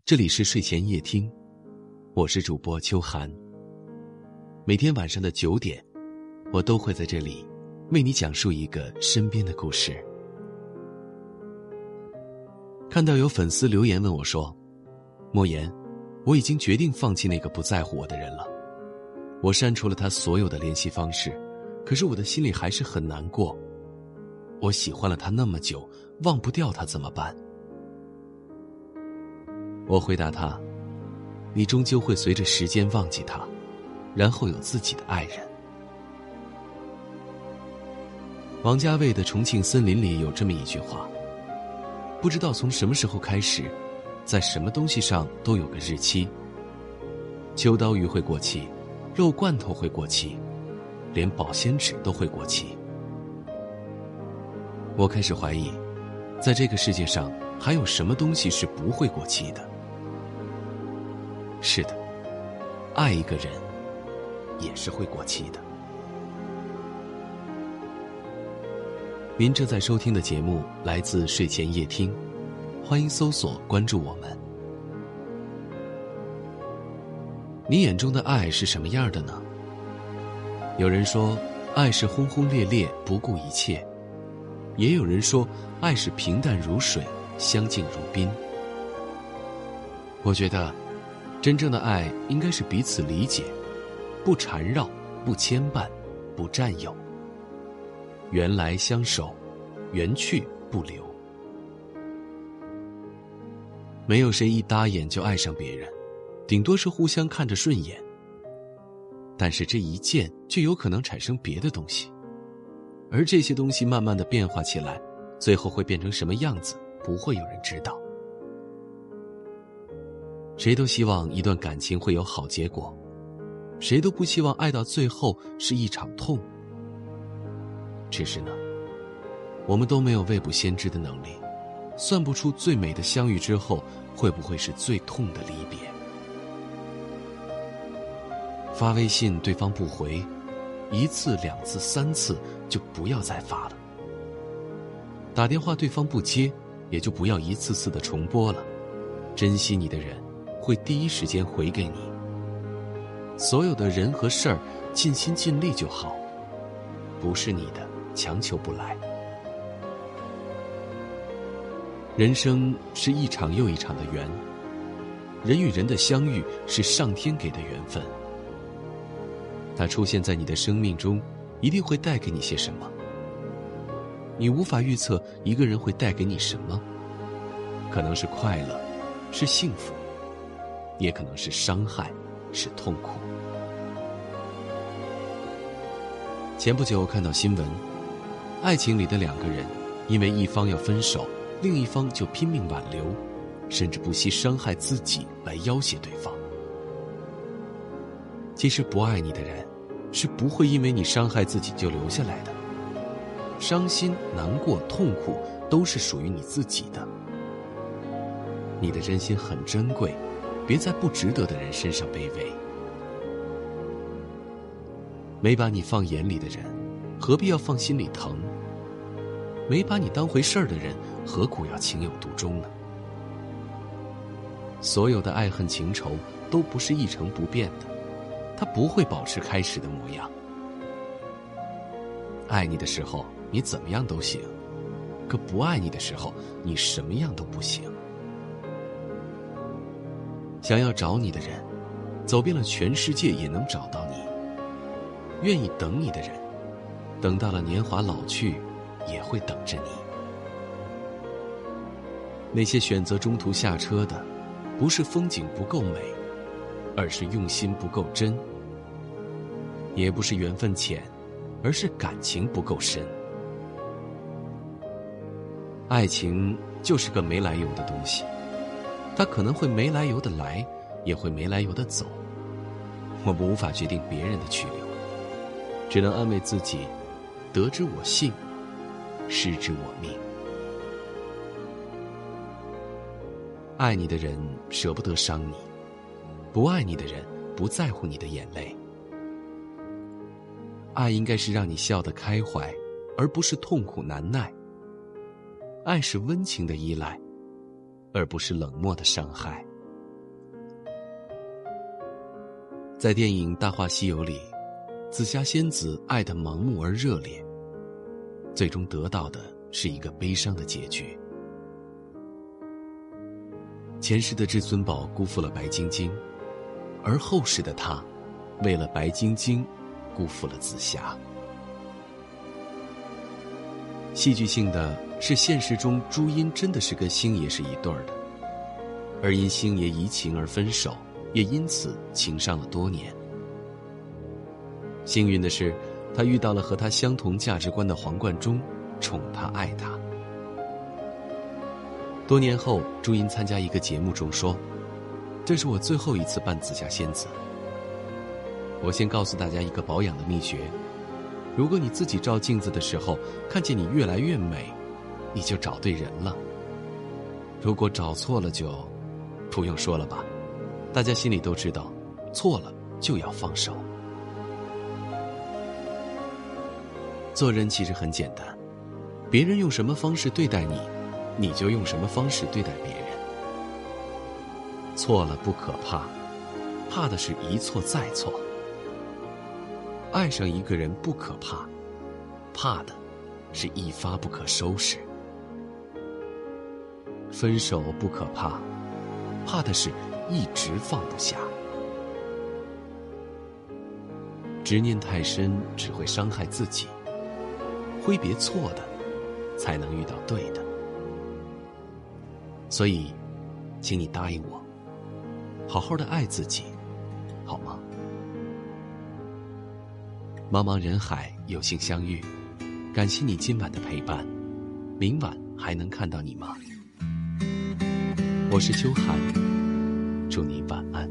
这里是睡前夜听，我是主播秋寒。每天晚上的9点，我都会在这里为你讲述一个身边的故事。看到有粉丝留言问我说，莫言，我已经决定放弃那个不在乎我的人了。我删除了他所有的联系方式，可是我的心里还是很难过。我喜欢了他那么久，忘不掉他怎么办？我回答他，你终究会随着时间忘记他，然后有自己的爱人。王家卫的《重庆森林》里有这么一句话，不知道从什么时候开始，在什么东西上都有个日期。秋刀鱼会过期，肉罐头会过期，连保鲜纸都会过期。我开始怀疑，在这个世界上还有什么东西是不会过期的。是的，爱一个人也是会过期的。您正在收听的节目来自睡前夜听，欢迎搜索关注我们。你眼中的爱是什么样的呢？有人说，爱是轰轰烈烈，不顾一切；也有人说，爱是平淡如水，相敬如宾。我觉得真正的爱应该是彼此理解，不缠绕，不牵绊，不占有，缘来相守，缘去不留。没有谁一搭眼就爱上别人，顶多是互相看着顺眼，但是这一见就有可能产生别的东西，而这些东西慢慢的变化起来，最后会变成什么样子，不会有人知道。谁都希望一段感情会有好结果，谁都不希望爱到最后是一场痛。只是呢，我们都没有未卜先知的能力，算不出最美的相遇之后会不会是最痛的离别。发微信对方不回，1次2次3次就不要再发了。打电话对方不接，也就不要一次次的重拨了。珍惜你的人会第一时间回给你。所有的人和事儿尽心尽力就好，不是你的强求不来。人生是一场又一场的缘，人与人的相遇是上天给的缘分。它出现在你的生命中，一定会带给你些什么。你无法预测一个人会带给你什么，可能是快乐，是幸福，也可能是伤害，是痛苦。前不久看到新闻，爱情里的2个人因为一方要分手，另一方就拼命挽留，甚至不惜伤害自己来要挟对方。其实不爱你的人是不会因为你伤害自己就留下来的，伤心、难过、痛苦都是属于你自己的。你的真心很珍贵，别在不值得的人身上卑微。没把你放眼里的人，何必要放心里疼？没把你当回事儿的人，何苦要情有独钟呢？所有的爱恨情仇都不是一成不变的，它不会保持开始的模样。爱你的时候，你怎么样都行，可不爱你的时候，你什么样都不行。想要找你的人，走遍了全世界也能找到你。愿意等你的人，等到了年华老去，也会等着你。那些选择中途下车的，不是风景不够美，而是用心不够真；也不是缘分浅，而是感情不够深。爱情就是个没来由的东西，它可能会没来由的来，也会没来由的走。我们无法决定别人的去留，只能安慰自己，得之我幸，失之我命。爱你的人舍不得伤你，不爱你的人不在乎你的眼泪。爱应该是让你笑得开怀，而不是痛苦难耐。爱是温情的依赖，而不是冷漠的伤害。 在电影《大话西游》里，紫霞仙子爱得盲目而热烈，最终得到的是一个悲伤的结局。前世的至尊宝辜负了白晶晶，而后世的他为了白晶晶辜负了紫霞。戏剧性的是，现实中朱茵真的是跟星爷是一对儿的，而因星爷移情而分手，也因此情伤了多年。幸运的是，他遇到了和他相同价值观的黄贯中，宠他爱他。多年后，朱茵参加一个节目中说：“这是我最后一次扮紫霞仙子。我先告诉大家一个保养的秘诀，如果你自己照镜子的时候看见你越来越美，你就找对人了。如果找错了就不用说了吧，大家心里都知道，错了就要放手。”做人其实很简单，别人用什么方式对待你，你就用什么方式对待别人。错了不可怕，怕的是一错再错。爱上一个人不可怕，怕的是一发不可收拾。分手不可怕，怕的是一直放不下。执念太深，只会伤害自己。挥别错的，才能遇到对的。所以，请你答应我，好好的爱自己，好吗？茫茫人海，有幸相遇，感谢你今晚的陪伴，明晚还能看到你吗？我是秋寒，祝你晚安。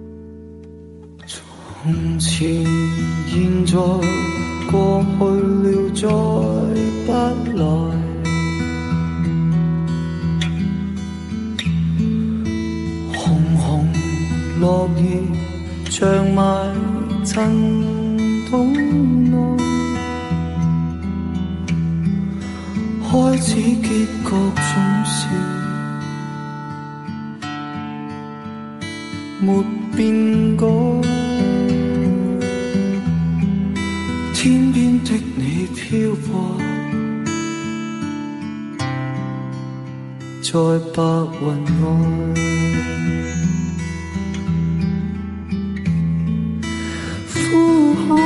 从前现在过去了再不来，红红落叶长埋尘土内，开始结局总是没变改，天边的你漂泊在白云外，呼海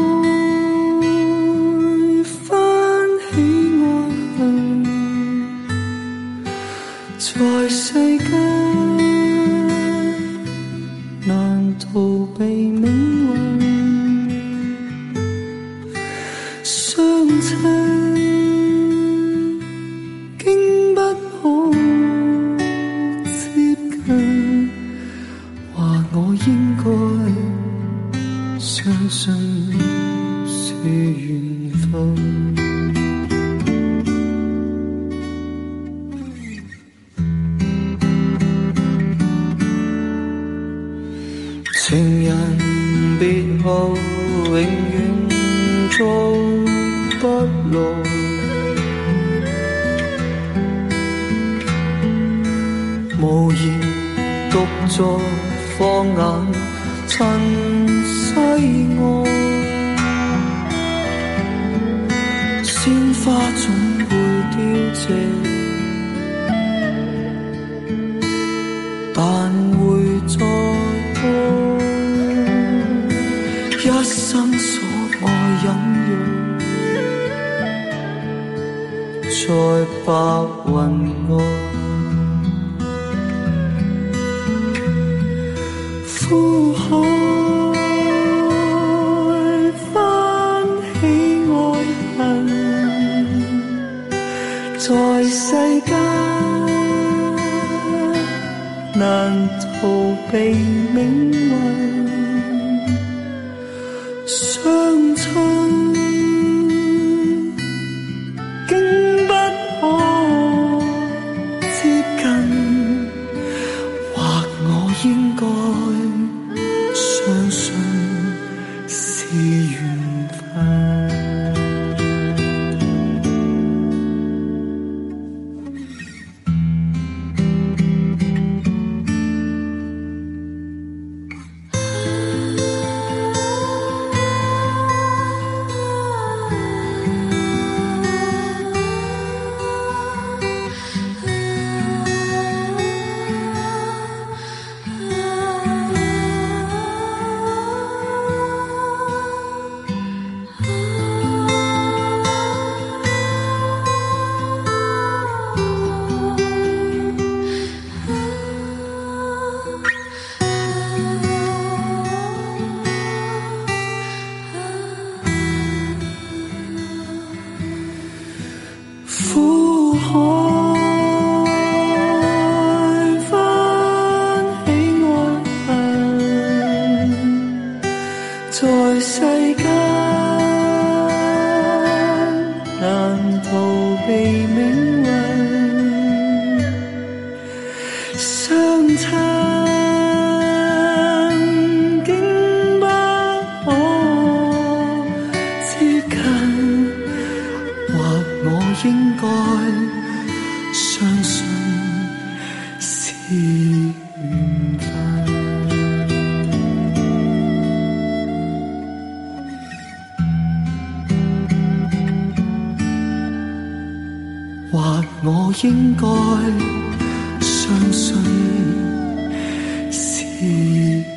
翻起爱恨，在世間難逃避命運，相親經不可接近，話我應該相信是緣分。情人別後永遠再不來，無言獨坐放眼塵世外，鮮花總會凋謝，但會再開。一生所愛隱約，在白雲外，呼海翻起愛恨，在世間難逃避命運。相親經不可接近，或我應該相信是緣分。 世間難逃避命運，相親竟不可接近，或我應該相信是緣分。或我應該相信是